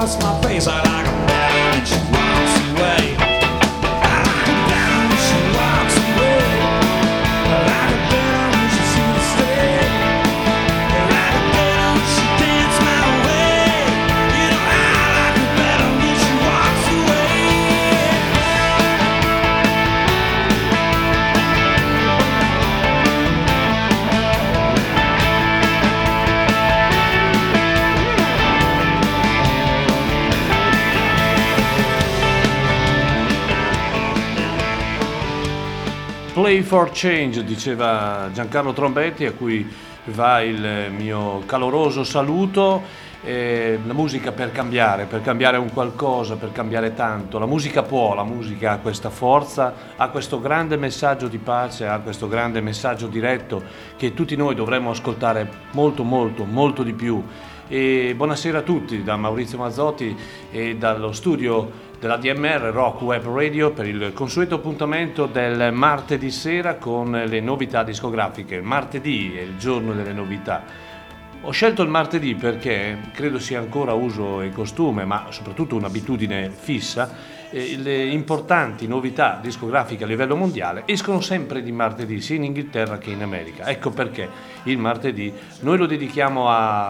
across my face. I like her better when she walks away. I like her better when she walks away. I like her better when she sees the stay. I like her better when she dance my way. You know I like her better when she walks away. Play for Change, diceva Giancarlo Trombetti, a cui va il mio caloroso saluto. La musica per cambiare un qualcosa, per cambiare tanto. La musica può, la musica ha questa forza, ha questo grande messaggio di pace, ha questo grande messaggio diretto che tutti noi dovremmo ascoltare molto molto molto di più. E buonasera a tutti da Maurizio Mazzotti e dallo studio della DMR Rock Web Radio per il consueto appuntamento del martedì sera con le novità discografiche. Martedì è il giorno delle novità. Ho scelto il martedì perché credo sia ancora uso e costume, ma soprattutto un'abitudine fissa. Le importanti novità discografiche a livello mondiale escono sempre di martedì, sia in Inghilterra che in America. Ecco perché il martedì noi lo dedichiamo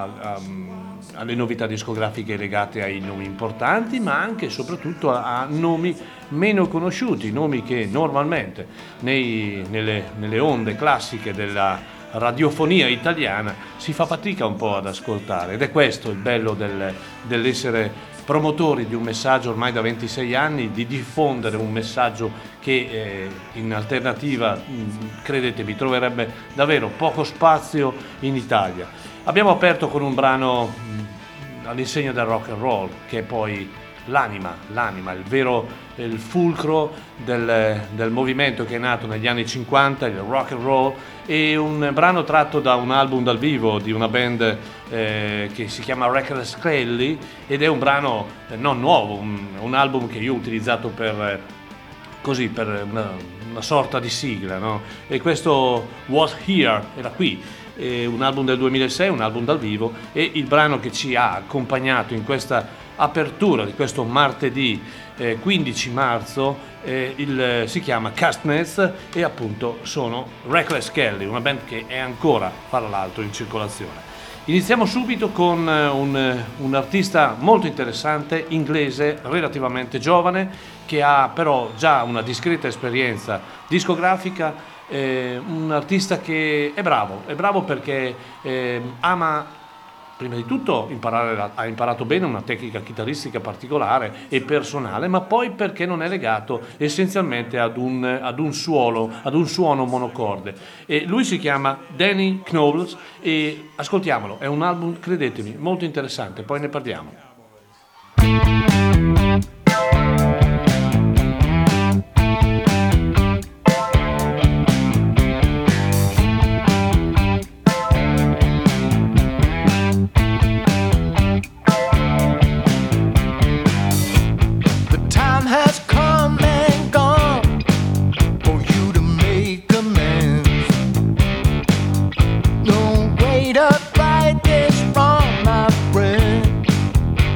alle novità discografiche legate ai nomi importanti, ma anche e soprattutto a nomi meno conosciuti, nomi che normalmente nelle onde classiche della radiofonia italiana si fa fatica un po' ad ascoltare, ed è questo il bello dell'essere promotori di un messaggio ormai da 26 anni, di diffondere un messaggio che in alternativa, credetemi, troverebbe davvero poco spazio in Italia. Abbiamo aperto con un brano all'insegna del rock and roll, che è poi l'anima, il fulcro del movimento che è nato negli anni 50, il rock and roll, e un brano tratto da un album dal vivo di una band che si chiama Reckless Kelly, ed è un brano non nuovo, un album che io ho utilizzato per una sorta di sigla, no? E questo Was Here, era qui, un album del 2006, un album dal vivo, e il brano che ci ha accompagnato in questa apertura di questo martedì 15 marzo si chiama Castness, e appunto sono Reckless Kelly, una band che è ancora, fra l'altro, in circolazione. Iniziamo subito con un artista molto interessante, inglese, relativamente giovane, che ha però già una discreta esperienza discografica, un artista che è bravo perché ama prima di tutto ha imparato bene una tecnica chitarristica particolare e personale, ma poi perché non è legato essenzialmente ad un suono monocorde. E lui si chiama Danny Knowles, e ascoltiamolo, è un album, credetemi, molto interessante, poi ne parliamo. Fight this wrong, my friend.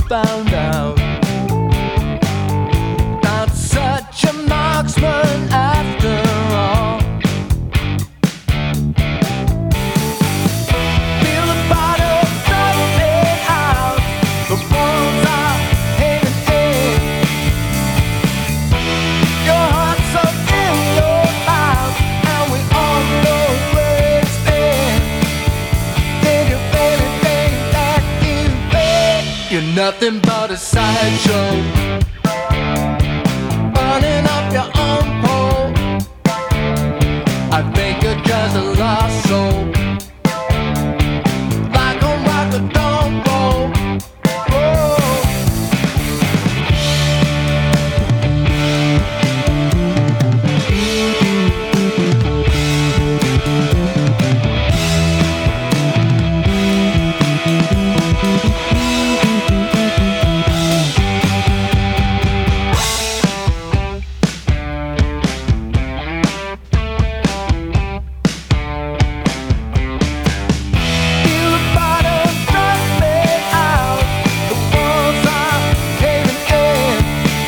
found out. Not such a marksman after all. Feel the bottle thumping out. The walls are hanging in. Your heart's up in your mouth, and we all know where it's been. Did you really think that you're nothing but a sideshow? Burning up your own pole. I think you're just a lost soul. Like a rock that don't roll. Oh. Feel the bottom thumping out. The walls are caving in.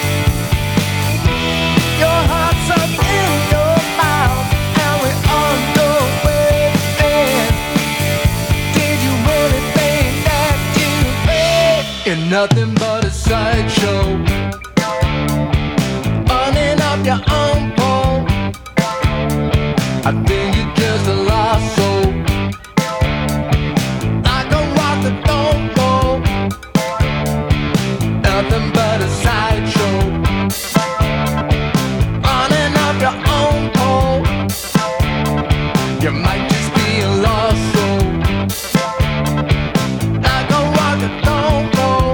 Your heart's up in your mouth, and we all know where it's been. Did you really think that you're nothing but a sideshow? Burning up your own pole. I think you're just a lost soul. Like a rock that don't roll. Nothing but a sideshow. Running up your own pole. You might just be a lost soul. Like a rock that don't roll.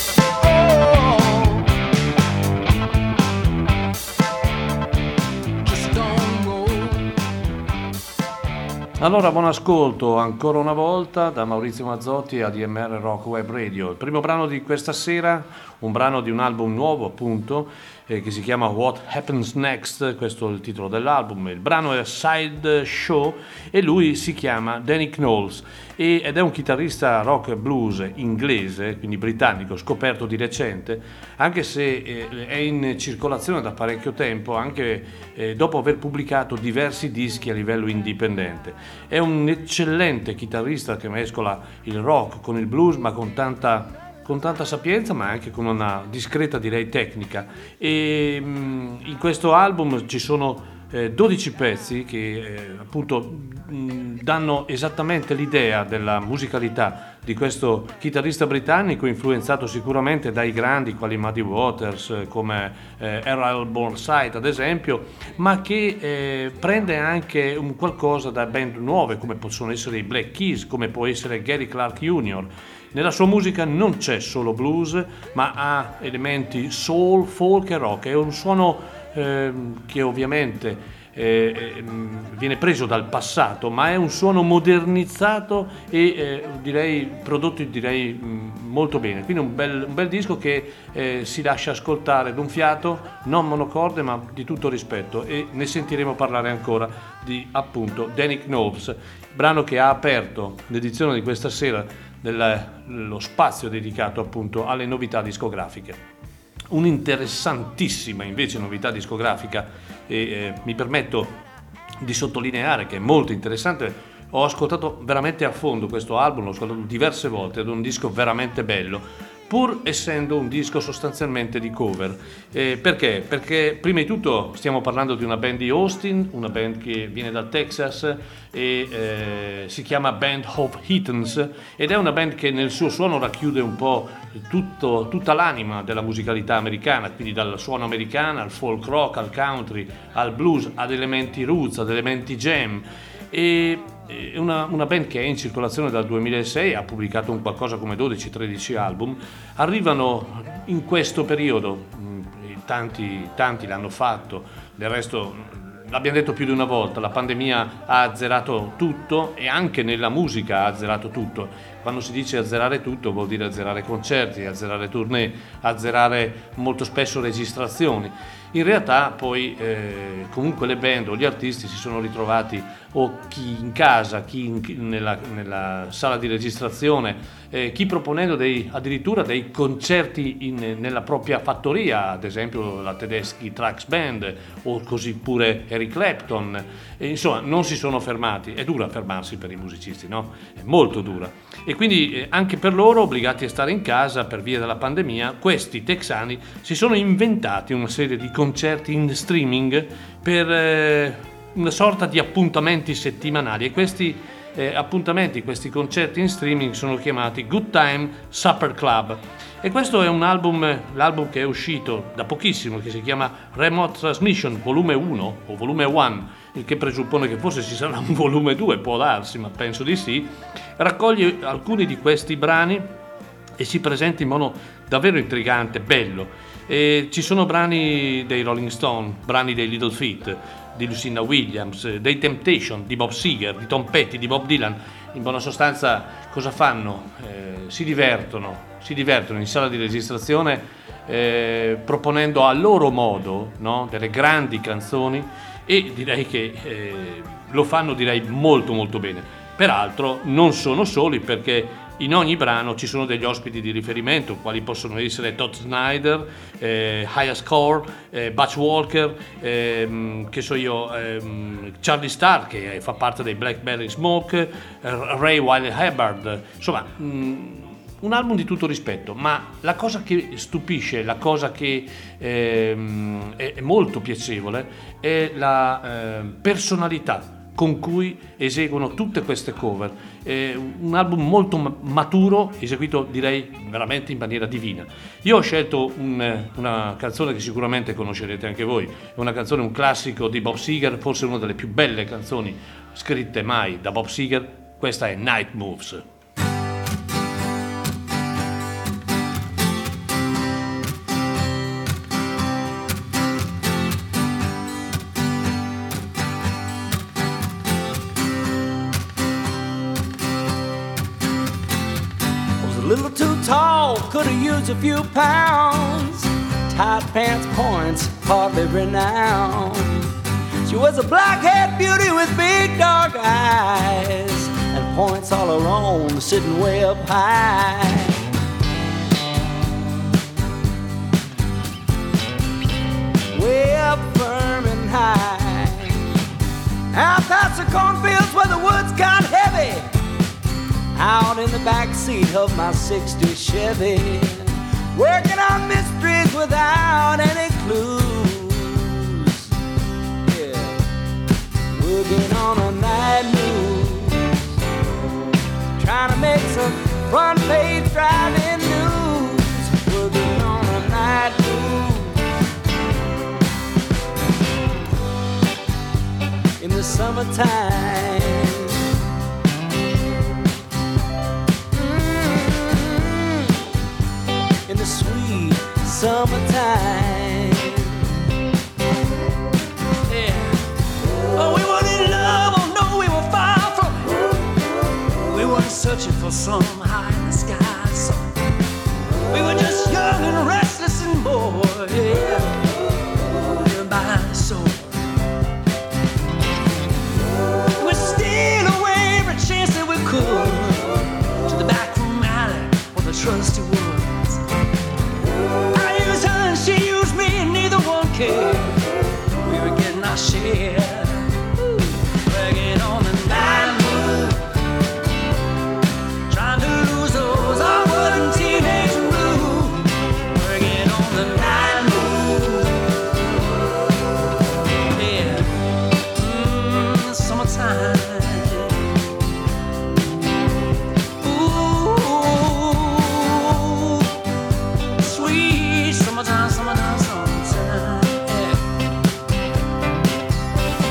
Oh. Just don't roll. Allora, buon ascolto ancora una volta da Maurizio Mazzotti a DMR Rock Web Radio. Il primo brano di questa sera, un brano di un album nuovo appunto, che si chiama What Happens Next, questo è il titolo dell'album. Il brano è Side Show e lui si chiama Danny Knowles ed è un chitarrista rock e blues inglese, quindi britannico, scoperto di recente, anche se è in circolazione da parecchio tempo, anche dopo aver pubblicato diversi dischi a livello indipendente. È un eccellente chitarrista che mescola il rock con il blues, ma con tanta sapienza, ma anche con una discreta, direi, tecnica. E in questo album ci sono 12 pezzi che appunto danno esattamente l'idea della musicalità di questo chitarrista britannico, influenzato sicuramente dai grandi quali Muddy Waters, come Errol Burnside ad esempio, ma che prende anche un qualcosa da band nuove come possono essere i Black Keys, come può essere Gary Clark Jr. Nella sua musica non c'è solo blues, ma ha elementi soul, folk e rock. È un suono che ovviamente viene preso dal passato, ma è un suono modernizzato e direi prodotto molto bene. Quindi un bel disco che si lascia ascoltare d'un fiato, non monocorde ma di tutto rispetto, e ne sentiremo parlare ancora di appunto Danny Knowles, brano che ha aperto l'edizione di questa sera dello spazio dedicato appunto alle novità discografiche. Un'interessantissima invece novità discografica, e mi permetto di sottolineare che è molto interessante. Ho ascoltato veramente a fondo questo album, l'ho ascoltato diverse volte, ed è un disco veramente bello, pur essendo un disco sostanzialmente di cover. Perché? Perché prima di tutto stiamo parlando di una band di Austin, una band che viene dal Texas e si chiama Band of Heathens, ed è una band che nel suo suono racchiude un po' tutta l'anima della musicalità americana, quindi dal suono americano al folk rock, al country, al blues, ad elementi roots, ad elementi jam. E una band che è in circolazione dal 2006, ha pubblicato un qualcosa come 12-13 album. Arrivano in questo periodo, tanti l'hanno fatto, del resto l'abbiamo detto più di una volta, la pandemia ha azzerato tutto, e anche nella musica ha azzerato tutto. quando si dice azzerare tutto vuol dire azzerare concerti, azzerare tournée, azzerare molto spesso registrazioni. In realtà poi comunque le band o gli artisti si sono ritrovati, o chi in casa, nella sala di registrazione, chi proponendo addirittura dei concerti nella propria fattoria, ad esempio la Tedeschi Trucks Band o così pure Eric Clapton. Insomma, non si sono fermati. È dura fermarsi per i musicisti, no? È molto dura. E quindi anche per loro, obbligati a stare in casa per via della pandemia, questi texani si sono inventati una serie di concerti in streaming per una sorta di appuntamenti settimanali, e questi appuntamenti, questi concerti in streaming sono chiamati Good Time Supper Club. E questo è un l'album che è uscito da pochissimo, che si chiama Remote Transmission volume 1 o volume 1, il che presuppone che forse ci sarà un volume 2, può darsi, ma penso di sì. Raccoglie alcuni di questi brani e si presenta in modo davvero intrigante, bello. E ci sono brani dei Rolling Stone, brani dei Little Feat, di Lucinda Williams, dei Temptation, di Bob Seger, di Tom Petty, di Bob Dylan. In buona sostanza cosa fanno? Si divertono in sala di registrazione proponendo a loro modo, no? Delle grandi canzoni, e direi che lo fanno molto molto bene. Peraltro non sono soli, perché in ogni brano ci sono degli ospiti di riferimento, quali possono essere Todd Snyder, Highest Core, Butch Walker, che so io, Charlie Starr, che fa parte dei Blackberry Smoke, Ray Wylie Hubbard. Insomma, un album di tutto rispetto, ma la cosa che stupisce, la cosa che è molto piacevole è la personalità con cui eseguono tutte queste cover. È un album molto maturo, eseguito direi veramente in maniera divina. Io ho scelto una canzone che sicuramente conoscerete anche voi, è una canzone, un classico di Bob Seger, forse una delle più belle canzoni scritte mai da Bob Seger. Questa è Night Moves. Tall, could have used a few pounds. Tight pants points, hardly renowned. She was a black-haired beauty with big dark eyes and points all her own, sitting way up high. Way up firm and high. Out past the cornfields where the woods got heavy. Out in the back seat of my '60 Chevy, working on mysteries without any clues. Yeah, working on a night news, trying to make some front page driving news. Working on a night news in the summertime. In the sweet summertime. Yeah. Oh, we weren't in love, oh no, we were far from it. We weren't searching for some high in the sky song. We were just young and restless and bored, yeah. Living by the soul. We steal away every chance that we could to the back room alley where the trusty woods. I used her and she used me, and neither one cared. We were getting our share, bragging on the night move, trying to lose those awkward teenage blues, bragging on the night move. Yeah, summertime. Summertime, summertime, summertime, yeah.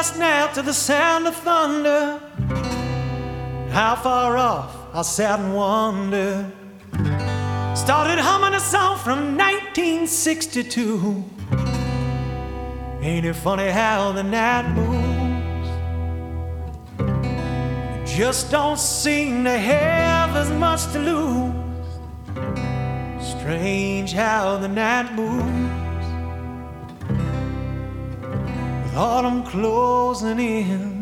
last night to the sound of thunder. How far off I sat and wondered. Started humming a song from 1962. Ain't it funny how the night moves? You just don't seem to have as much to lose. Strange how the night moves, with autumn closing in.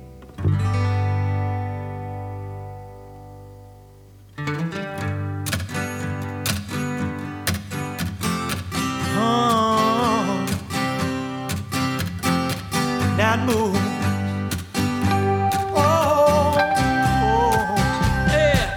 Night moves. Oh, oh, yeah.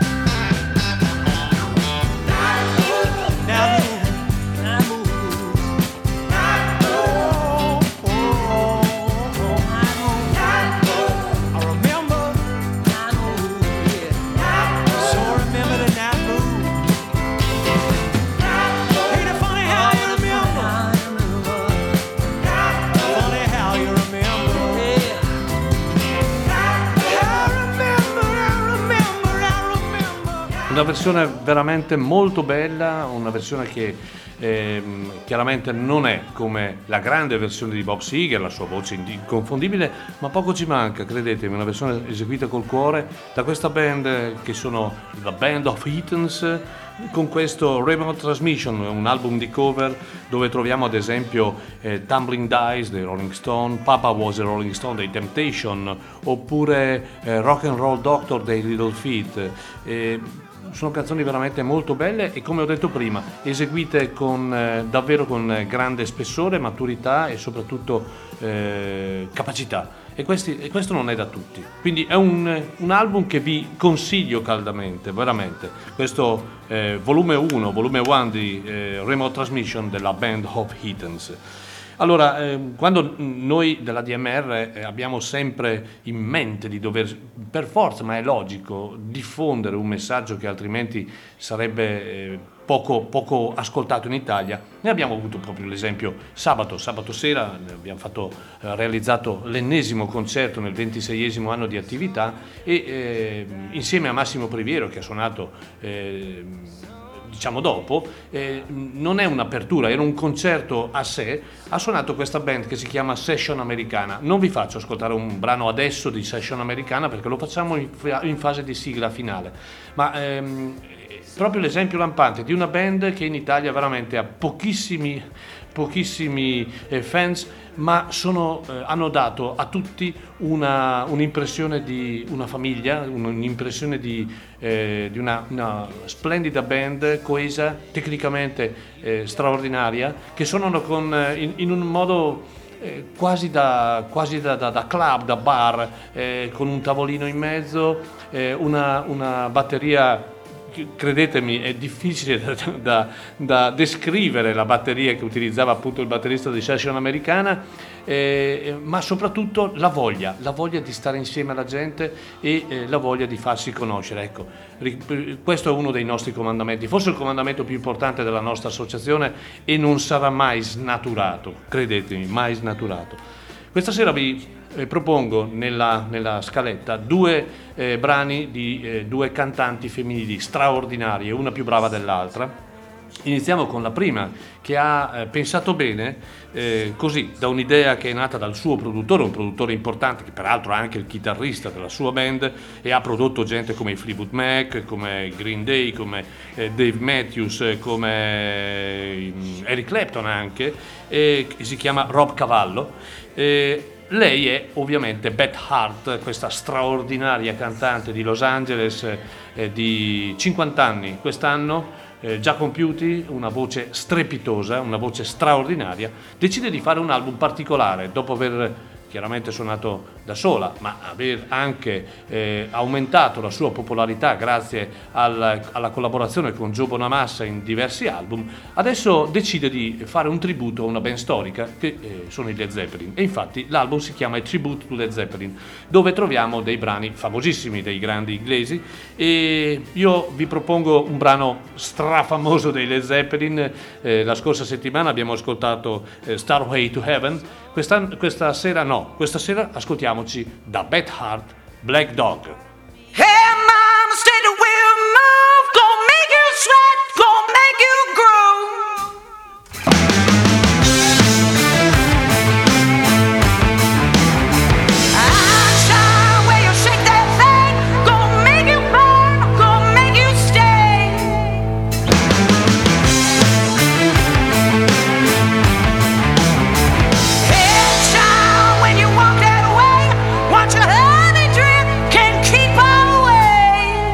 Night moves. Night moves. Night moves. Night moves. Oh, oh, oh. Night moves. I remember. Night moves. Yeah. Night moves. So remember the night moves. Night moves. Ain't it funny how you remember? Funny how you remember. Una versione veramente molto bella, una versione che chiaramente non è come la grande versione di Bob Seger, la sua voce inconfondibile, ma poco ci manca, credetemi, una versione eseguita col cuore da questa band che sono la Band of Heathens, con questo Remote Transmission, un album di cover dove troviamo ad esempio Tumbling Dice dei Rolling Stone, Papa Was a Rolling Stone dei Temptation, oppure Rock and Roll Doctor dei Little Feat. Sono canzoni veramente molto belle e, come ho detto prima, eseguite davvero con grande spessore, maturità e soprattutto capacità. E questo non è da tutti. Quindi è un album che vi consiglio caldamente, veramente. Questo volume 1 di Remote Transmission della Band of Heathens. Allora, quando noi della DMR abbiamo sempre in mente di dover, per forza, ma è logico, diffondere un messaggio che altrimenti sarebbe poco ascoltato in Italia, ne abbiamo avuto proprio l'esempio sabato sera, abbiamo realizzato l'ennesimo concerto nel 26esimo anno di attività e insieme a Massimo Priviero, che ha suonato diciamo dopo, non è un'apertura, era un concerto a sé, ha suonato questa band che si chiama Session Americana. Non vi faccio ascoltare un brano adesso di Session Americana perché lo facciamo in fase di sigla finale, ma proprio l'esempio lampante di una band che in Italia veramente ha pochissimi fans, ma hanno dato a tutti un'impressione di una famiglia, un'impressione di una splendida band, coesa, tecnicamente straordinaria, che suonano in un modo quasi da club, da bar, con un tavolino in mezzo, una batteria. Credetemi, è difficile da descrivere la batteria che utilizzava appunto il batterista di Session Americana, ma soprattutto la voglia di stare insieme alla gente e la voglia di farsi conoscere. Ecco, questo è uno dei nostri comandamenti, forse il comandamento più importante della nostra associazione, e non sarà mai snaturato, credetemi, mai snaturato. Questa sera vi propongo nella scaletta due brani di due cantanti femminili straordinarie, una più brava dell'altra. Iniziamo con la prima, che ha pensato bene, così, da un'idea che è nata dal suo produttore, un produttore importante che peraltro è anche il chitarrista della sua band e ha prodotto gente come i Fleetwood Mac, come Green Day, come Dave Matthews, come Eric Clapton anche, che si chiama Rob Cavallo. Lei è ovviamente Beth Hart, questa straordinaria cantante di Los Angeles di 50 anni quest'anno, già compiuti, una voce strepitosa, una voce straordinaria. Decide di fare un album particolare dopo aver chiaramente suonato da sola, ma aver anche aumentato la sua popolarità grazie alla collaborazione con Joe Bonamassa in diversi album. Adesso decide di fare un tributo a una band storica che sono i Led Zeppelin, e infatti l'album si chiama A Tribute to Led Zeppelin, dove troviamo dei brani famosissimi dei grandi inglesi, e io vi propongo un brano strafamoso dei Led Zeppelin. La scorsa settimana abbiamo ascoltato Starway to Heaven. Questa sera no, No, questa sera ascoltiamoci da Beth Hart, Black Dog. Hey, mama, stay the wheel, move, gonna make you sweat, gonna make you grow. I shine where you shake that thing, gonna make you burn, gonna make you stay. Head shine when you walk that way, watch your honey drip, can't keep away.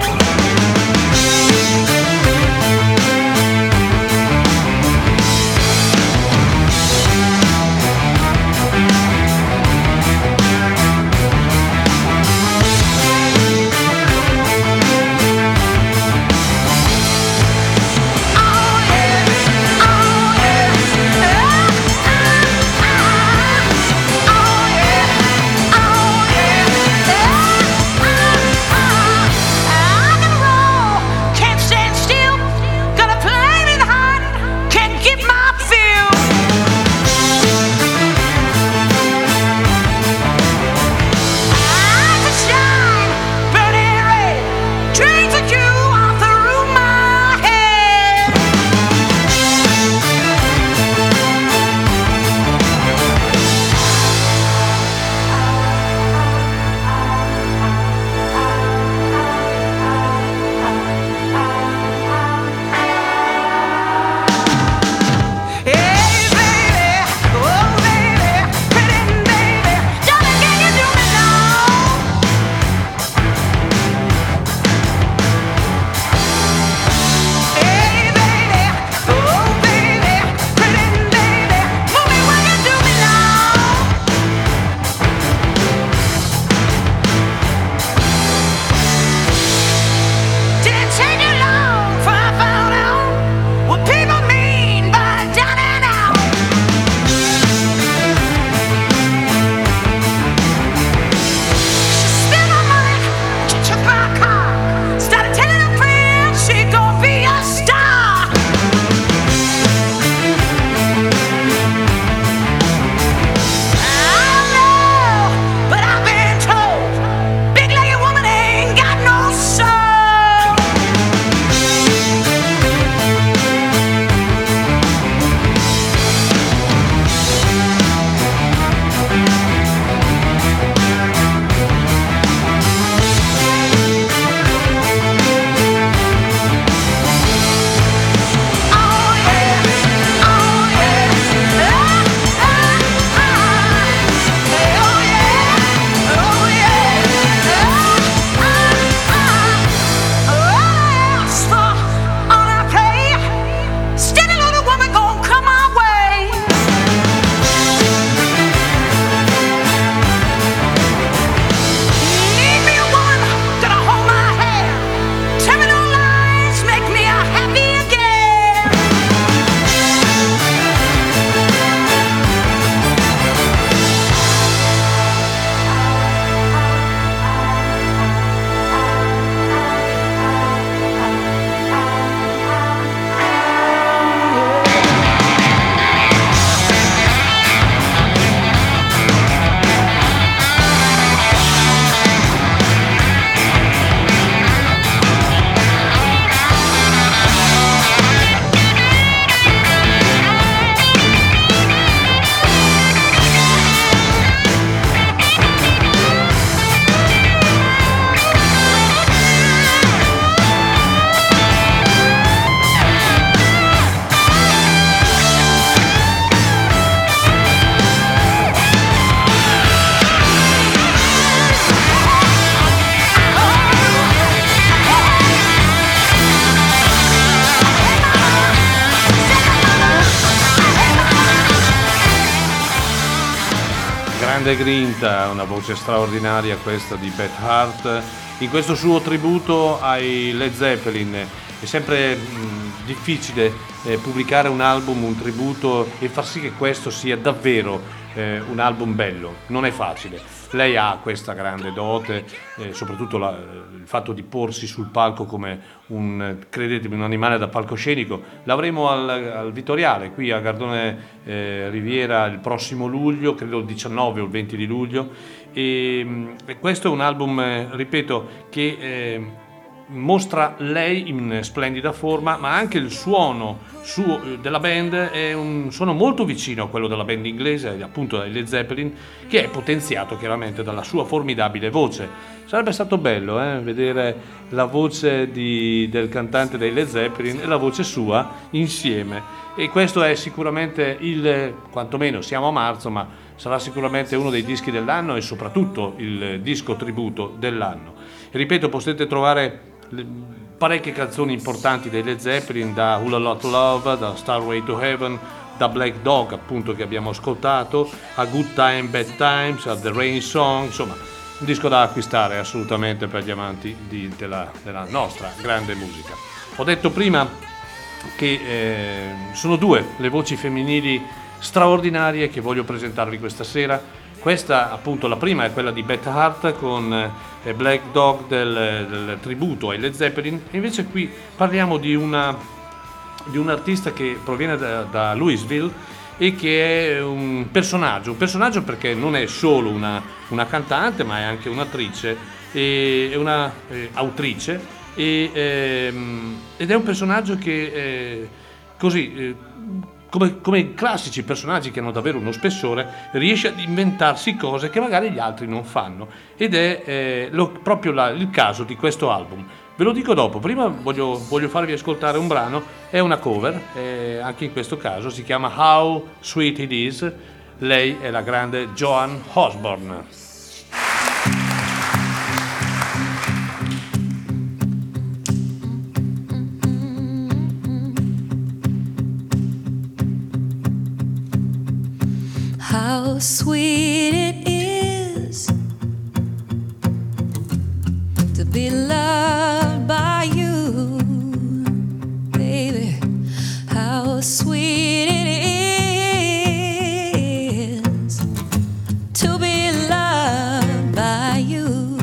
Dreams of you all through my head. Hey baby, oh baby, pretty baby, darling, can you do me now? Hey baby, oh baby, pretty baby, move me when you do me now. Didn't take you long before I found out what people mean by down and out. She spent her money, she took my car, started telling her friends she gon' be a star. I don't know, but I've been told big-legged woman ain't got no soul. Oh yeah, oh yeah, hey, oh yeah, oh yeah, all I ask for, all I pray, steady little woman gon' come my way. Need me a woman gonna hold my hand, tell me no lies, make me a happy again. Grande grinta, una voce straordinaria questa di Beth Hart, in questo suo tributo ai Led Zeppelin. È sempre difficile pubblicare un album, un tributo, e far sì che questo sia davvero un album bello. Non è facile. Lei ha questa grande dote, soprattutto il fatto di porsi sul palco come credetemi, un animale da palcoscenico. L'avremo al Vittoriale, qui a Gardone Riviera il prossimo luglio, credo il 19 o il 20 di luglio. E questo è un album, ripeto, che mostra lei in splendida forma, ma anche il suono della band è un suono molto vicino a quello della band inglese, appunto dai Led Zeppelin, che è potenziato chiaramente dalla sua formidabile voce. Sarebbe stato bello vedere la voce del cantante dei Led Zeppelin e la voce sua insieme, e questo è sicuramente quantomeno siamo a marzo, ma sarà sicuramente uno dei dischi dell'anno e soprattutto il disco tributo dell'anno. E ripeto, potete trovare parecchie canzoni importanti dei Led Zeppelin, da Whole Lot Love, da Starway to Heaven, da Black Dog appunto che abbiamo ascoltato, a Good Time Bad Times, a The Rain Song, insomma un disco da acquistare assolutamente per gli amanti della nostra grande musica. Ho detto prima che sono due le voci femminili straordinarie che voglio presentarvi questa sera. Questa appunto, la prima è quella di Beth Hart con Black Dog del tributo ai Led Zeppelin, e invece qui parliamo di un artista che proviene da Louisville e che è un personaggio perché non è solo una cantante, ma è anche un'attrice e una autrice, ed è un personaggio che come i classici personaggi che hanno davvero uno spessore, riesce ad inventarsi cose che magari gli altri non fanno, ed è proprio il caso di questo album. Ve lo dico dopo, prima voglio farvi ascoltare un brano, è una cover, anche in questo caso si chiama How Sweet It Is, lei è la grande Joan Osborne. How sweet it is to be loved by you, baby. How sweet it is to be loved by you.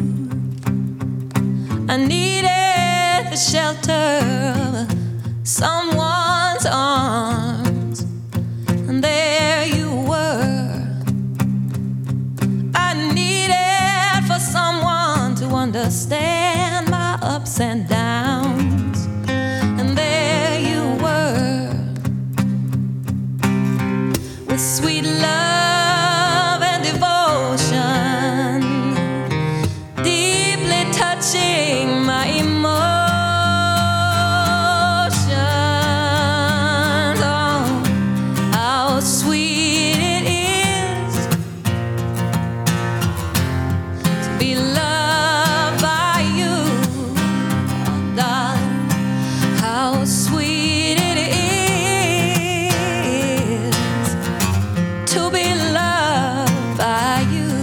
I needed the shelter of someone's arms, and there you were. Someone to understand my ups and downs, and there you were, with sweet love and devotion, deeply touching my emotions. Oh, how sweet it is be loved by you, darling. How sweet it is to be loved by you.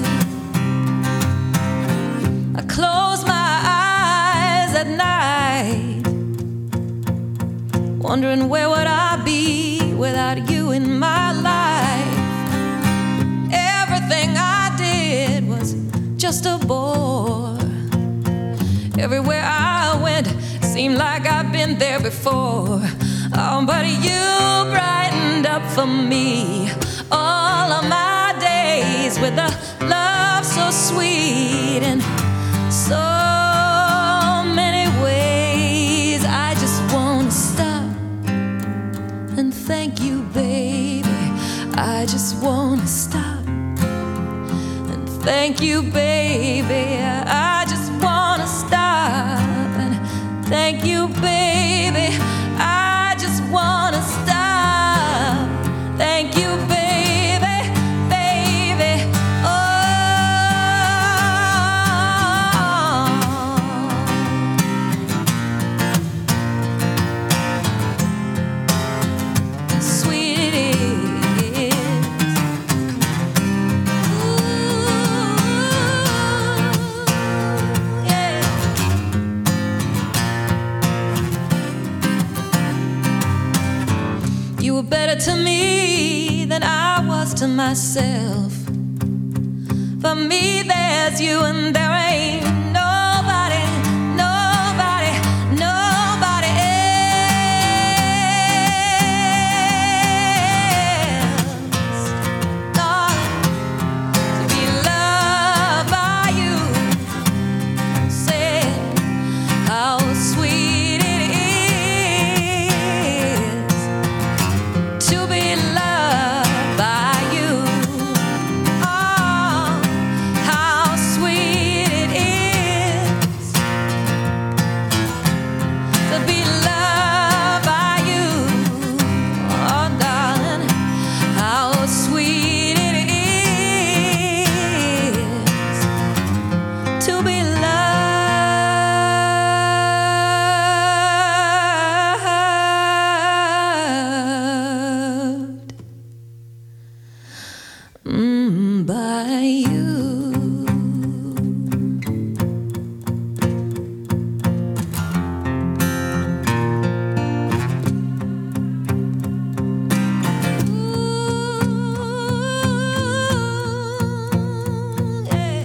I close my eyes at night, wondering where would I be without you in my life. Everything I did was just a bore. Everywhere I went seemed like I've been there before. Oh, but you brightened up for me all of my days with a love so sweet and so many ways. I just wanna stop and thank you, baby. I just wanna stop. Thank you, baby. I just wanna stop and thank you, baby. I just wanna stop. Thank you, baby, baby. Oh, sweet it is. Ooh. to myself. For me, there's you and there ain't nobody, nobody, nobody else. Darling, to be loved by you, say how sweet it is to be loved by you. Oh, how sweet it is to be loved by you. Oh, darling, how sweet it is to be loved by you. Ooh, yeah.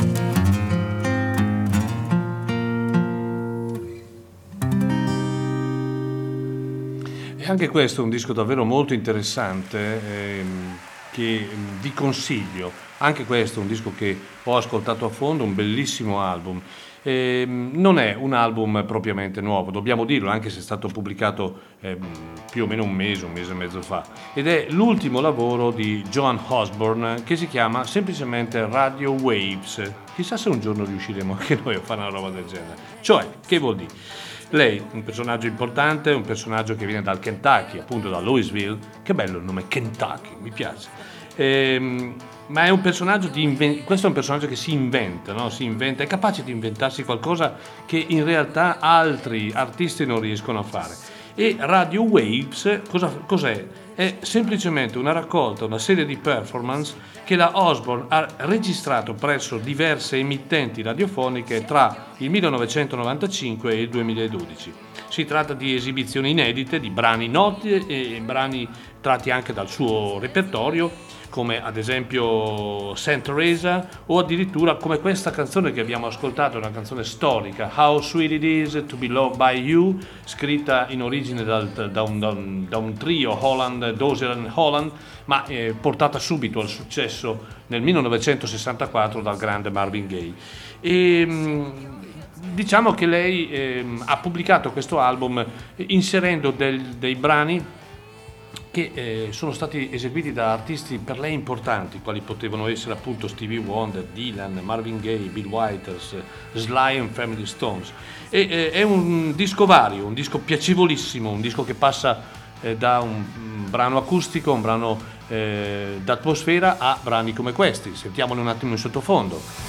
E anche questo è un disco davvero molto interessante che vi consiglio. Anche questo è un disco che ho ascoltato a fondo, un bellissimo album. Non è un album propriamente nuovo, dobbiamo dirlo, anche se è stato pubblicato più o meno un mese e mezzo fa. Ed è l'ultimo lavoro di Joan Osborne che si chiama semplicemente Radio Waves. Chissà se un giorno riusciremo anche noi a fare una roba del genere. Cioè, che vuol dire? Lei, un personaggio importante, un personaggio che viene dal Kentucky, appunto da Louisville. Che bello il nome Kentucky, mi piace. Ma è un personaggio questo è un personaggio che si inventa, no? Si inventa, è capace di inventarsi qualcosa che in realtà altri artisti non riescono a fare. E Radio Waves cos'è? È semplicemente una raccolta, una serie di performance che la Osborne ha registrato presso diverse emittenti radiofoniche tra il 1995 e il 2012. Si tratta di esibizioni inedite di brani noti e brani tratti anche dal suo repertorio, come ad esempio Saint Teresa, o addirittura come questa canzone che abbiamo ascoltato, una canzone storica, How Sweet It Is to Be Loved by You, scritta in origine da un trio Holland, Dozier and Holland, ma portata subito al successo nel 1964 dal grande Marvin Gaye. Diciamo che lei ha pubblicato questo album inserendo dei brani che sono stati eseguiti da artisti per lei importanti, quali potevano essere appunto Stevie Wonder, Dylan, Marvin Gaye, Bill Withers, Sly and Family Stones. È un disco vario, un disco piacevolissimo, un disco che passa da un brano acustico, un brano d'atmosfera a brani come questi. Sentiamoli un attimo in sottofondo.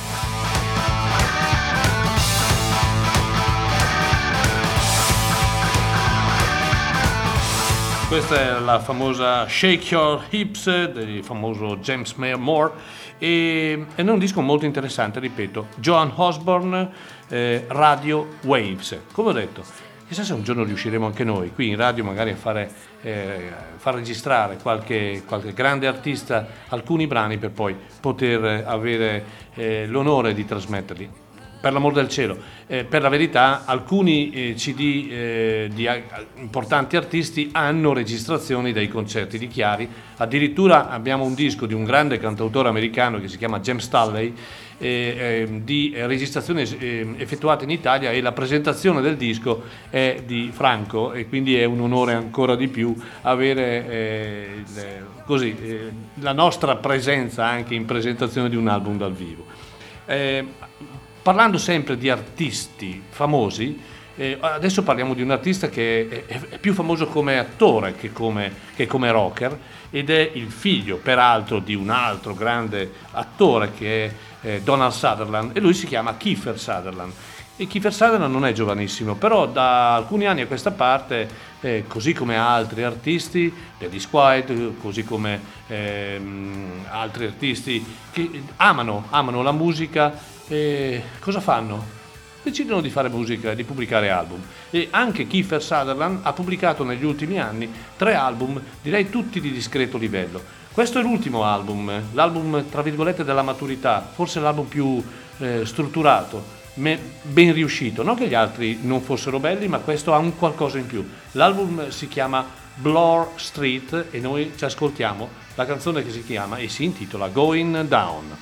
Questa è la famosa Shake Your Hips del famoso James Moore e è un disco molto interessante, ripeto, Joan Osborne, Radio Waves. Come ho detto, chissà se un giorno riusciremo anche noi qui in radio magari a far registrare qualche grande artista alcuni brani per poi poter avere l'onore di trasmetterli. Per l'amor del cielo, per la verità alcuni CD di importanti artisti hanno registrazioni dei concerti di Chiari, addirittura abbiamo un disco di un grande cantautore americano che si chiama James Staley di registrazioni effettuate in Italia, e la presentazione del disco è di Franco, e quindi è un onore ancora di più avere la nostra presenza anche in presentazione di un album dal vivo. Parlando sempre di artisti famosi, adesso parliamo di un artista che è più famoso come attore che come rocker, ed è il figlio peraltro di un altro grande attore che è Donald Sutherland, e lui si chiama Kiefer Sutherland. E Kiefer Sutherland non è giovanissimo, però da alcuni anni a questa parte, così come altri artisti, Dennis Quaid, così come altri artisti che amano la musica, cosa fanno? decidono di fare musica, di pubblicare album. E anche Kiefer Sutherland ha pubblicato negli ultimi anni 3 album, direi tutti di discreto livello. Questo è l'ultimo album, l'album tra virgolette della maturità, forse l'album più strutturato, ben riuscito. Non che gli altri non fossero belli, ma questo ha un qualcosa in più. L'album si chiama Bloor Street e noi ci ascoltiamo la canzone che si chiama e si intitola Going Down.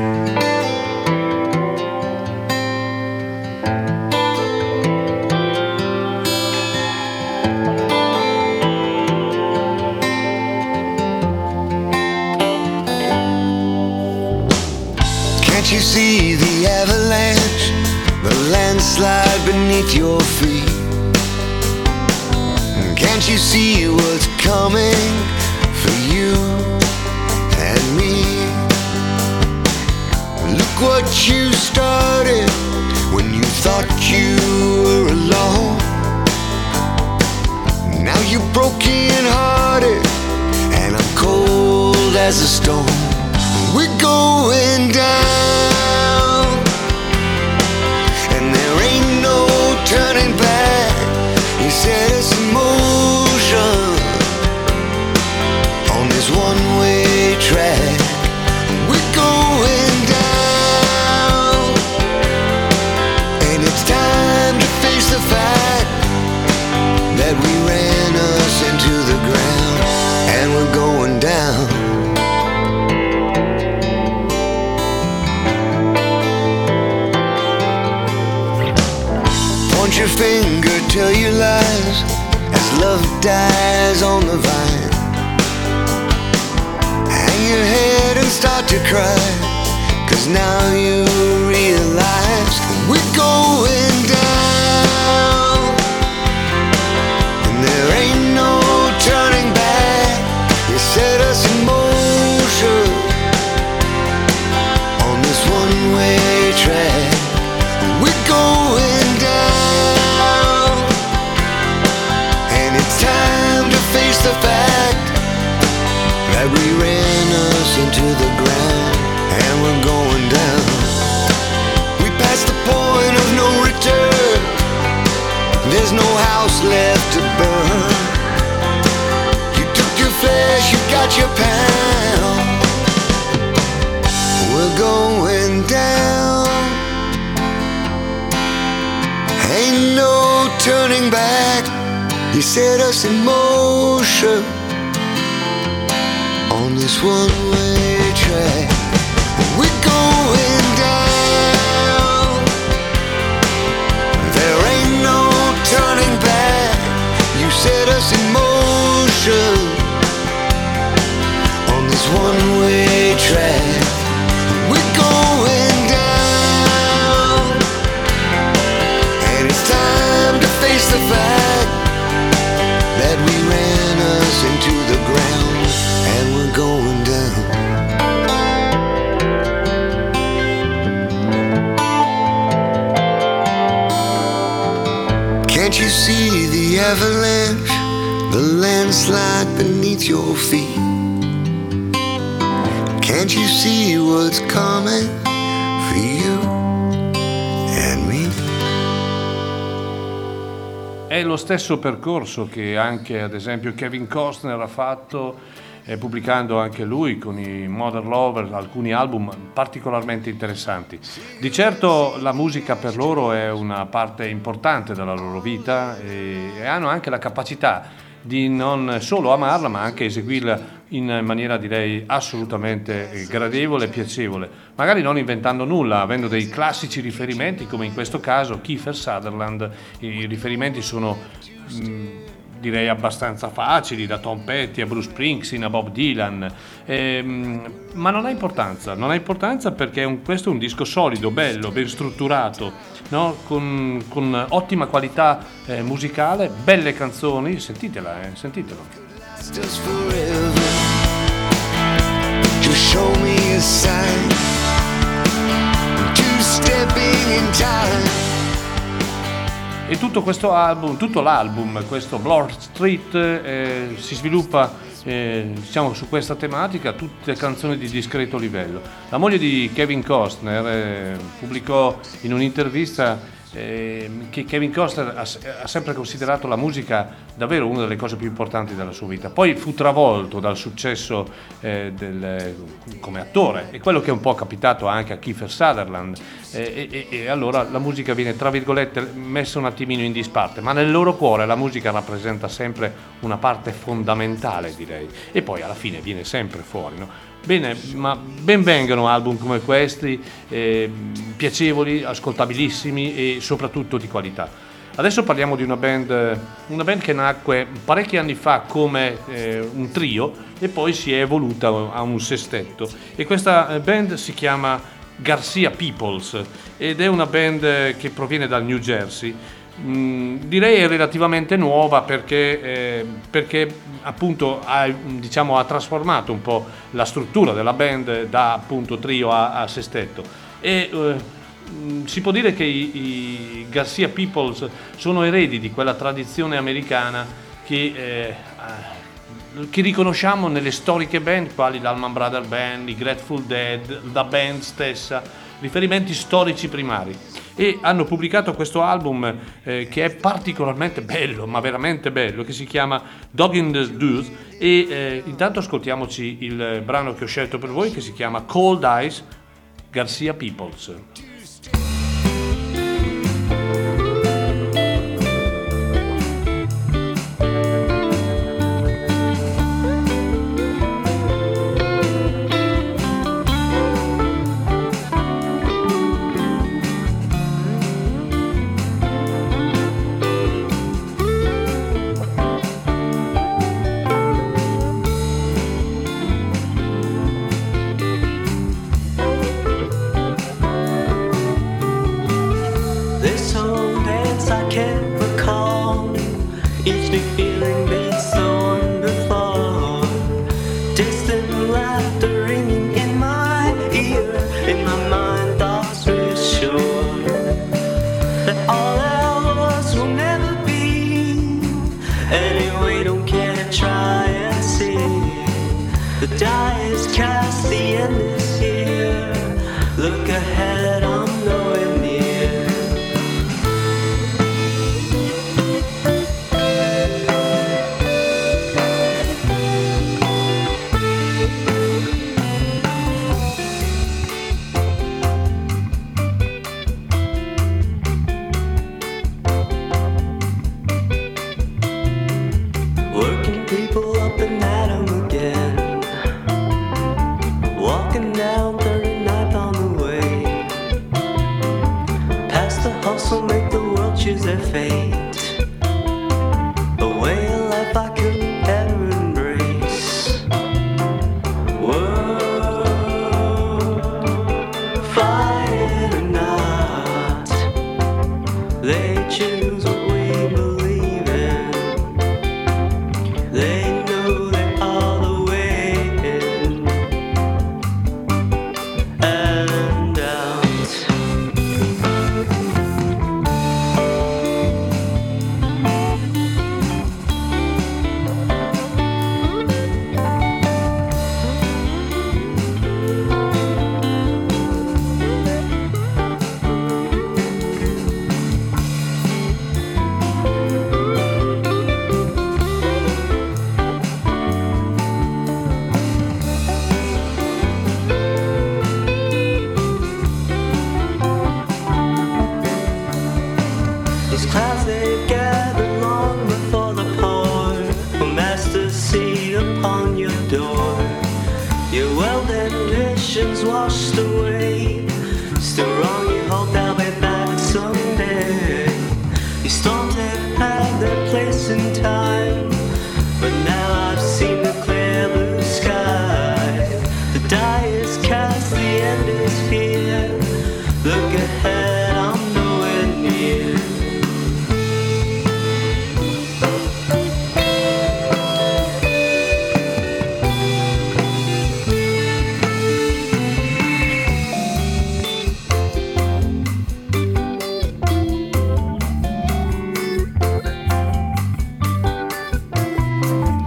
Can't you see the avalanche, the landslide beneath your feet? Can't you see what's coming for you and me? Look what you started when you thought you were alone. Now you're broken hearted and I'm cold as a stone. We're going down and there ain't no turning back. You set us in motion on this one-way track. We're going down and it's time to face the fact that we ran us into the ground and we're going down. Point your finger, tell your lies as love dies on the vine. Hang your head and start to cry, 'cause now you realize we're going down and there ain't no turning back. You set us in motion on this one-way track. We're going down and it's time to face the fact that we ran us into the ground and we're going down. We passed the point of no return. There's no house left to burn. You took your flesh, you got your pound. We're going down. Ain't no turning back. You set us in motion on this one-way track. We're going down. There ain't no turning back. You set us in motion on this one-way track. We're going down and it's time to face the fact that we ran us into the ground and we're going down. Can't you see the avalanche, the landslide beneath your feet? Can't you see what's coming for you and me? È lo stesso percorso che anche ad esempio Kevin Costner ha fatto, pubblicando anche lui con i Modern Lovers alcuni album particolarmente interessanti. Di certo la musica per loro è una parte importante della loro vita e hanno anche la capacità di non solo amarla ma anche eseguirla in maniera direi assolutamente gradevole e piacevole, magari non inventando nulla, avendo dei classici riferimenti come in questo caso Kiefer Sutherland. I riferimenti sono direi abbastanza facili, da Tom Petty a Bruce Springsteen a Bob Dylan, ma non ha importanza perché questo è un disco solido, bello, ben strutturato, no? con ottima qualità musicale, belle canzoni, sentitelo. Just forever. Just show me a sign. Two-stepping in time. E tutto l'album, questo Bloor Street, si sviluppa diciamo su questa tematica, tutte canzoni di discreto livello. La moglie di Kevin Costner pubblicò in un'intervista che Kevin Costner ha sempre considerato la musica davvero una delle cose più importanti della sua vita. Poi fu travolto dal successo come attore, e quello che è un po' capitato anche a Kiefer Sutherland, e allora la musica viene, tra virgolette, messa un attimino in disparte, ma nel loro cuore la musica rappresenta sempre una parte fondamentale, direi, e poi alla fine viene sempre fuori, no? Bene, ma ben vengano album come questi, piacevoli, ascoltabilissimi e soprattutto di qualità. Adesso parliamo di una band che nacque parecchi anni fa come un trio e poi si è evoluta a un sestetto, e questa band si chiama Garcia Peoples ed è una band che proviene dal New Jersey. Direi è relativamente nuova perché appunto ha trasformato un po' la struttura della band da appunto trio a sestetto, e si può dire che i Garcia Peoples sono eredi di quella tradizione americana che riconosciamo nelle storiche band quali l'Allman Brothers Band, i Grateful Dead, la band stessa, riferimenti storici primari, e hanno pubblicato questo album che è particolarmente bello, ma veramente bello, che si chiama Dog in the Deuce, e intanto ascoltiamoci il brano che ho scelto per voi, che si chiama Cold Eyes, Garcia Peoples.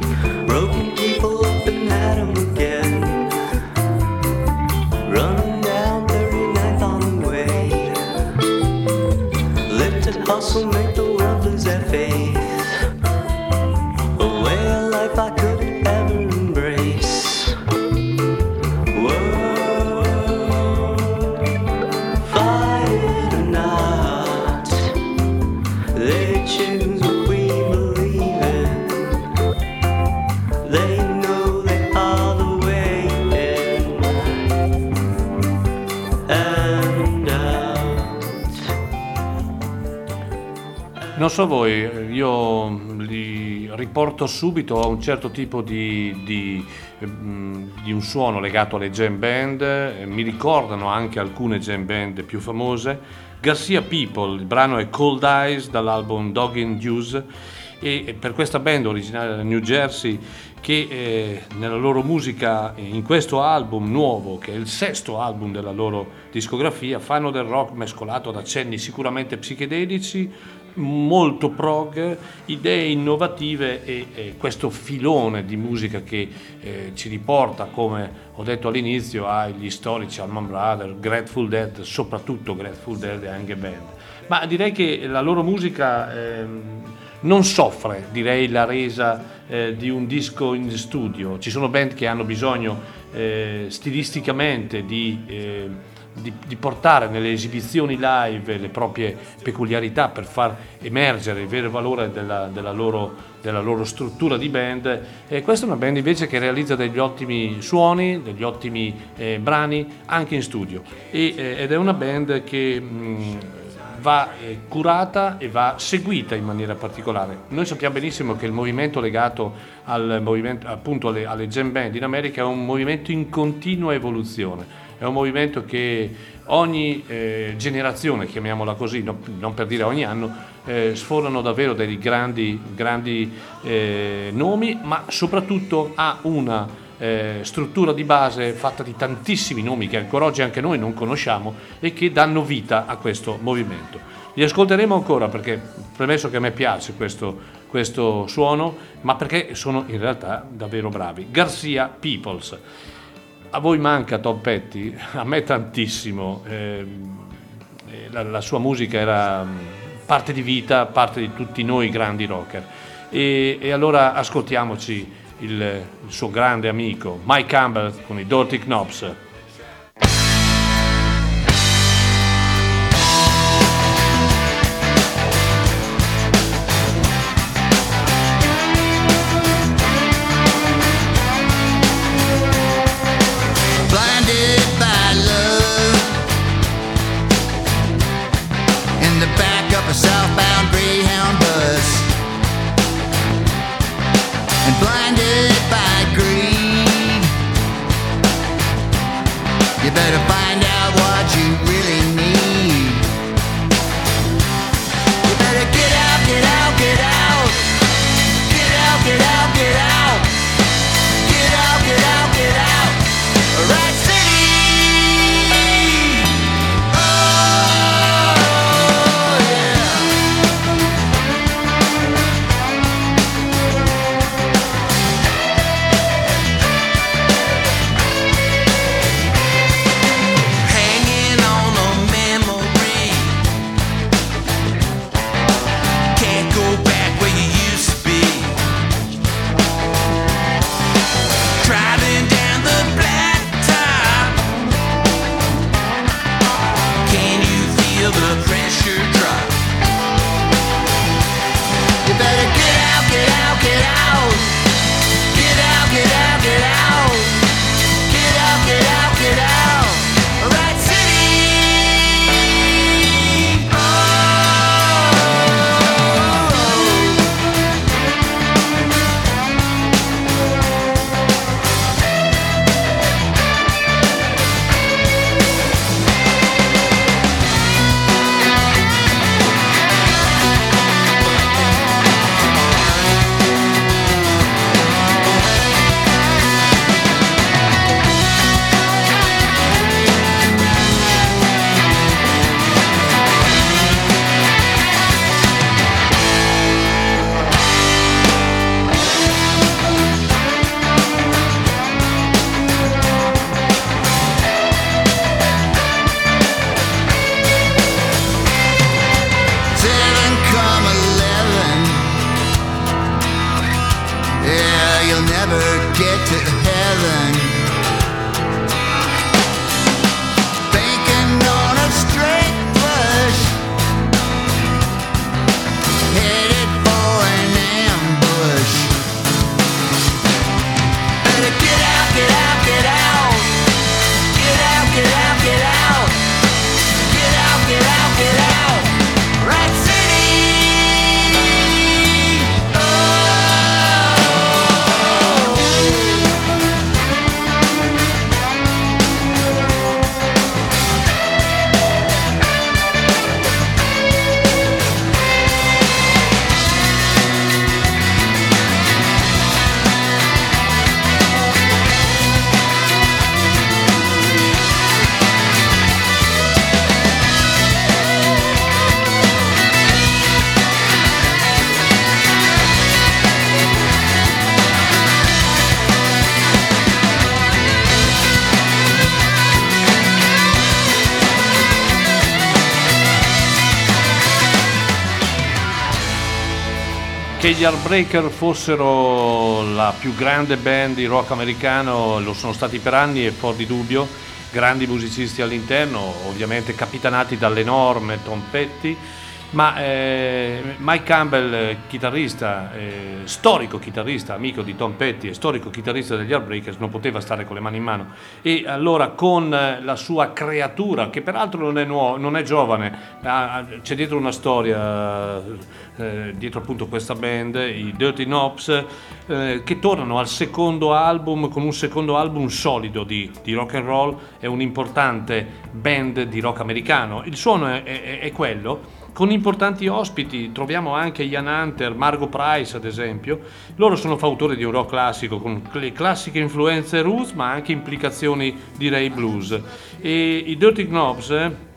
Broken people up and at 'em again, running non so voi, io li riporto subito a un certo tipo di un suono legato alle jam band, mi ricordano anche alcune jam band più famose. Garcia People, il brano è Cold Eyes dall'album Dog in Use, e per questa band originaria del New Jersey che nella loro musica, in questo album nuovo, che è il sesto album della loro discografia, fanno del rock mescolato ad accenni sicuramente psichedelici, molto prog, idee innovative e questo filone di musica che ci riporta, come ho detto all'inizio, agli storici Allman Brothers, Grateful Dead, soprattutto Grateful Dead e anche band. Ma direi che la loro musica non soffre, direi, la resa di un disco in studio. Ci sono band che hanno bisogno stilisticamente di portare nelle esibizioni live le proprie peculiarità per far emergere il vero valore della loro struttura di band, e questa è una band invece che realizza degli ottimi suoni, degli ottimi brani anche in studio, ed è una band che va curata e va seguita in maniera particolare. Noi sappiamo benissimo che il movimento legato al movimento, appunto alle jam band in America, è un movimento in continua evoluzione. È un movimento che ogni generazione, chiamiamola così, non per dire ogni anno, sforano davvero dei grandi nomi, ma soprattutto ha una struttura di base fatta di tantissimi nomi che ancora oggi anche noi non conosciamo e che danno vita a questo movimento. Li ascolteremo ancora perché, premesso che a me piace questo suono, ma perché sono in realtà davvero bravi. Garcia Peoples. A voi manca Tom Petty? A me tantissimo. La sua musica era parte di vita, parte di tutti noi grandi rocker. E allora ascoltiamoci il suo grande amico Mike Campbell con i Dirty Knobs. Che gli Heartbreaker fossero la più grande band di rock americano lo sono stati per anni e fuori di dubbio, grandi musicisti all'interno, ovviamente capitanati dall'enorme Tom Petty, ma Mike Campbell, chitarrista, storico chitarrista, amico di Tom Petty e storico chitarrista degli Heartbreakers, non poteva stare con le mani in mano, e allora con la sua creatura, che peraltro non è giovane, c'è dietro una storia, dietro appunto questa band, i Dirty Knobs, che tornano al secondo album, con un secondo album solido di rock and roll, è un'importante band di rock americano, il suono è quello, con importanti ospiti. Troviamo anche Ian Hunter, Margo Price ad esempio. Loro sono fautori di un rock classico con le classiche influenze roots ma anche implicazioni direi blues, e i Dirty Knobs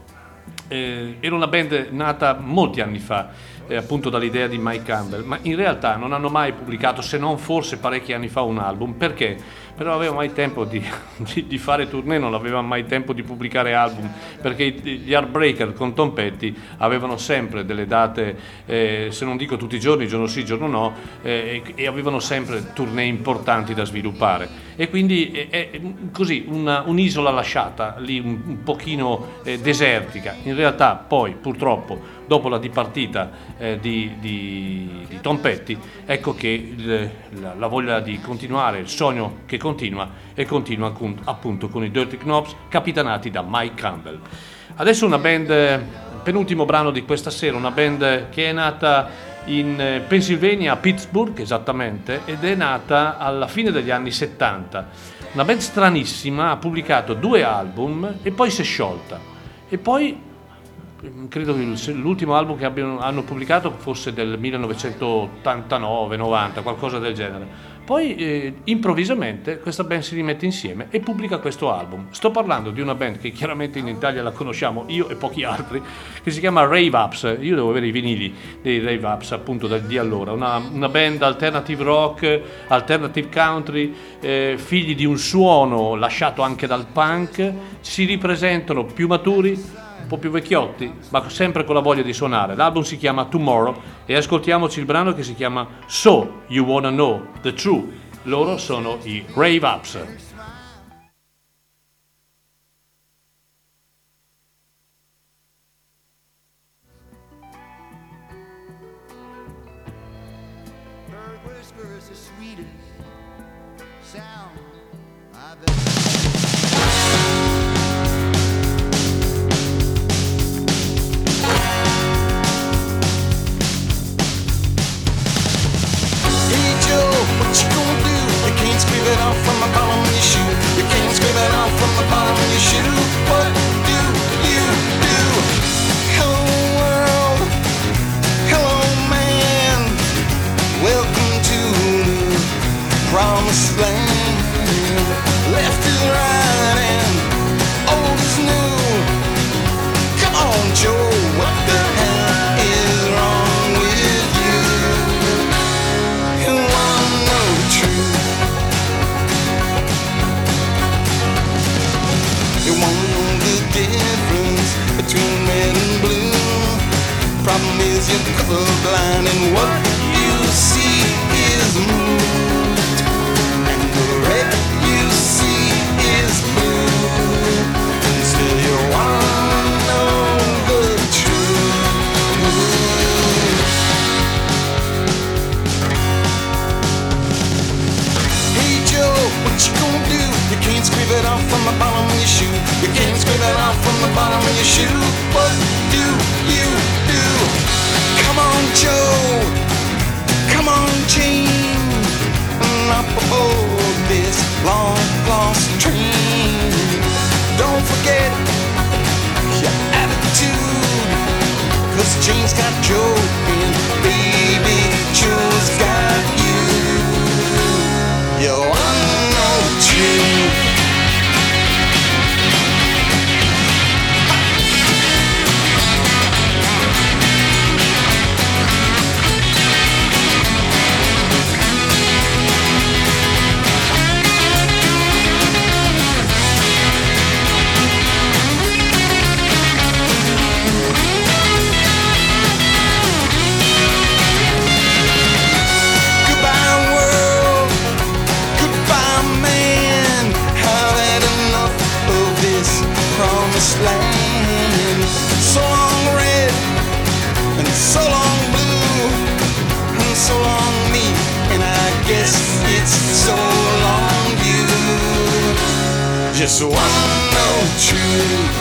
era una band nata molti anni fa, appunto dall'idea di Mike Campbell, ma in realtà non hanno mai pubblicato, se non forse parecchi anni fa, un album. Perché? Però non aveva mai tempo di fare tournée, non aveva mai tempo di pubblicare album, perché gli Heartbreaker con Tom Petty avevano sempre delle date, se non dico tutti i giorni, giorno sì, giorno no, e avevano sempre tournée importanti da sviluppare, e quindi è così un'isola lasciata lì un pochino desertica. In realtà poi purtroppo dopo la dipartita di Tom Petty, ecco che la voglia di continuare, il sogno che continua appunto con i Dirty Knobs, capitanati da Mike Campbell. Adesso una band, penultimo brano di questa sera, una band che è nata in Pennsylvania, a Pittsburgh esattamente, ed è nata alla fine degli anni 70. Una band stranissima, ha pubblicato 2 album e poi si è sciolta, e poi credo che l'ultimo album che hanno pubblicato fosse del 1989-90, qualcosa del genere. Poi improvvisamente questa band si rimette insieme e pubblica questo album. Sto parlando di una band che chiaramente in Italia la conosciamo io e pochi altri, che si chiama Rave Ups. Io devo avere i vinili dei Rave Ups appunto di allora, una band alternative rock, alternative country, figli di un suono lasciato anche dal punk. Si ripresentano più maturi, un po' più vecchiotti, ma sempre con la voglia di suonare. L'album si chiama Tomorrow e ascoltiamoci il brano che si chiama So You Wanna Know The Truth. Loro sono i Rave Ups. Bird whisper is the sweetest sound I've Hey Joe, what you gonna do? You can't scrape it off from the bottom of your shoe. You can't scrape it off from the bottom of your shoe. What do you do? Hello world, hello man. Welcome to the promised land. Left is right and old is new. Come on Joe, what the hell is wrong with you? You wanna know the truth. You wanna know the difference between red and blue. Problem is you're colorblind and what you see is moot, and the red you see is blue. And still you wanna know the truth. Hey Joe, what you gonna do? You can't scrape it off from the bottom of your shoe. You can't scrape it off from the bottom of your shoe. What do you do? Come on Joe, come on Gene, up aboard this long lost train. Don't forget your attitude, 'cause Jane's got Joe and baby Joe's got you. You wanna know the truth. It's 102.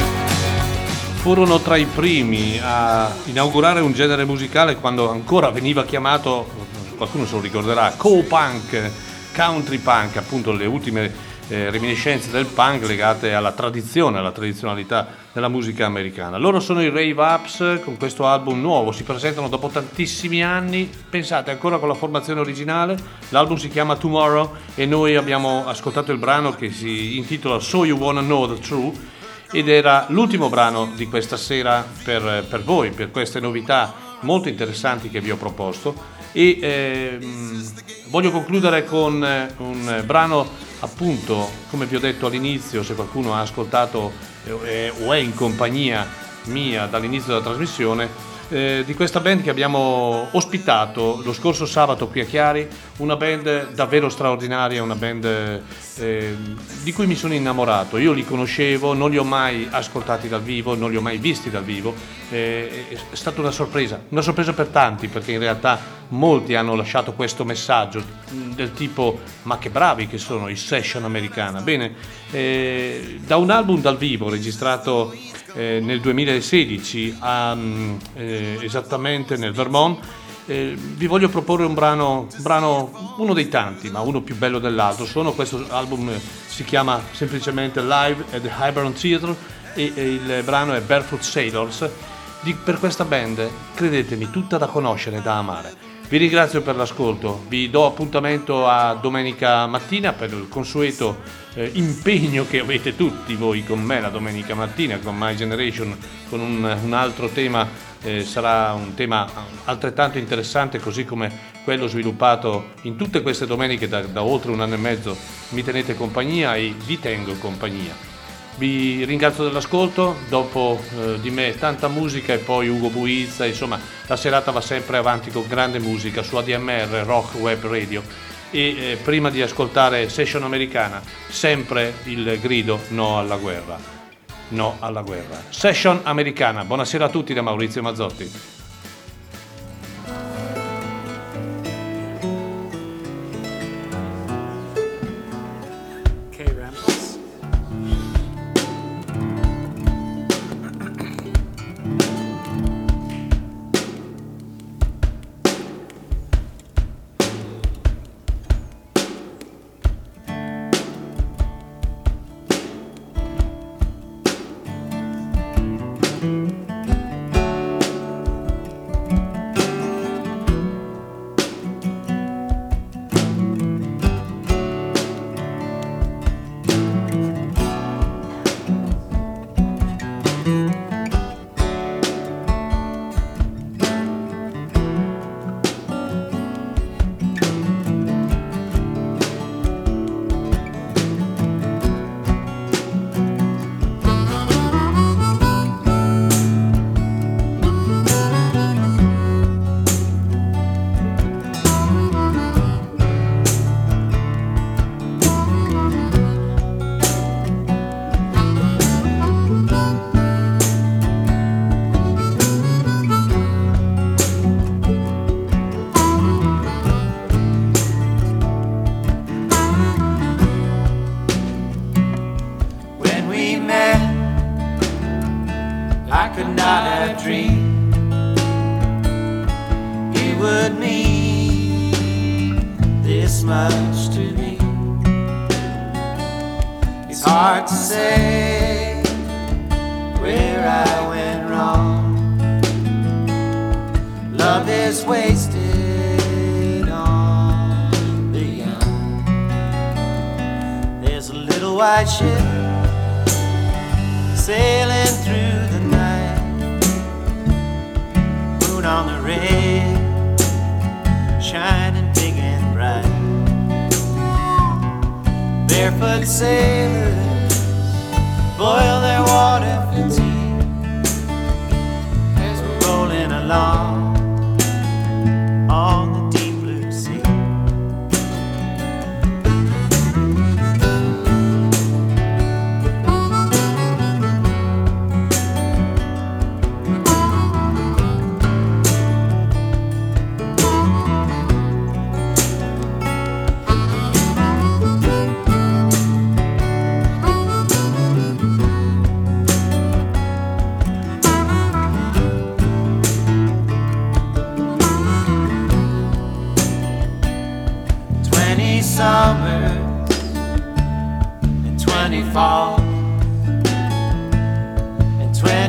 Furono tra i primi a inaugurare un genere musicale quando ancora veniva chiamato, qualcuno se lo ricorderà, co-punk, country punk, appunto le ultime reminiscenze del punk legate alla tradizione, alla tradizionalità della musica americana. Loro sono i Rave Ups, con questo album nuovo, si presentano dopo tantissimi anni, pensate ancora con la formazione originale. L'album si chiama Tomorrow e noi abbiamo ascoltato il brano che si intitola So You Wanna Know the Truth, ed era l'ultimo brano di questa sera per voi, per queste novità molto interessanti che vi ho proposto. E voglio concludere con un brano, appunto, come vi ho detto all'inizio, se qualcuno ha ascoltato o è in compagnia mia dall'inizio della trasmissione, di questa band che abbiamo ospitato lo scorso sabato qui a Chiari, una band davvero straordinaria, una band di cui mi sono innamorato. Io li conoscevo, non li ho mai ascoltati dal vivo, non li ho mai visti dal vivo, è stata una sorpresa per tanti, perché in realtà molti hanno lasciato questo messaggio del tipo: ma che bravi che sono i Session Americana. Bene, da un album dal vivo registrato nel 2016 esattamente nel Vermont, vi voglio proporre un brano, uno dei tanti, ma uno più bello dell'altro. Questo album si chiama semplicemente Live at the Hibernian Theatre e il brano è Barefoot Sailors. Per questa band, credetemi, tutta da conoscere e da amare. Vi ringrazio per l'ascolto, vi do appuntamento a domenica mattina per il consueto impegno che avete tutti voi con me la domenica mattina con My Generation, con un altro tema. Sarà un tema altrettanto interessante, così come quello sviluppato in tutte queste domeniche da oltre un anno e mezzo. Mi tenete compagnia e vi tengo compagnia. Vi ringrazio dell'ascolto, dopo di me tanta musica e poi Ugo Buizza, insomma la serata va sempre avanti con grande musica su ADMR Rock Web Radio. E prima di ascoltare Session Americana, sempre il grido no alla guerra. No alla guerra. Session Americana. Buonasera a tutti da Maurizio Mazzotti. Okay, Rambles.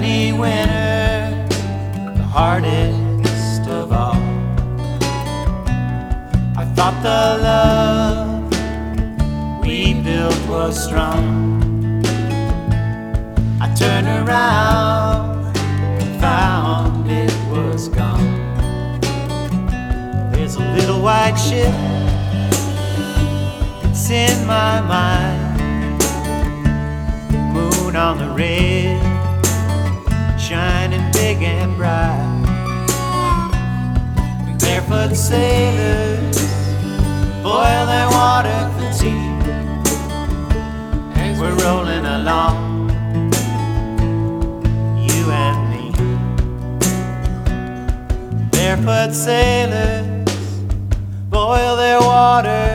sunny winter, the hardest of all. I thought the love we built was strong. I turned around and found it was gone. There's a little white ship, it's in my mind. Moon on the red, shining big and bright. Barefoot sailors boil their water for tea as we're rolling along, you and me. Barefoot sailors boil their water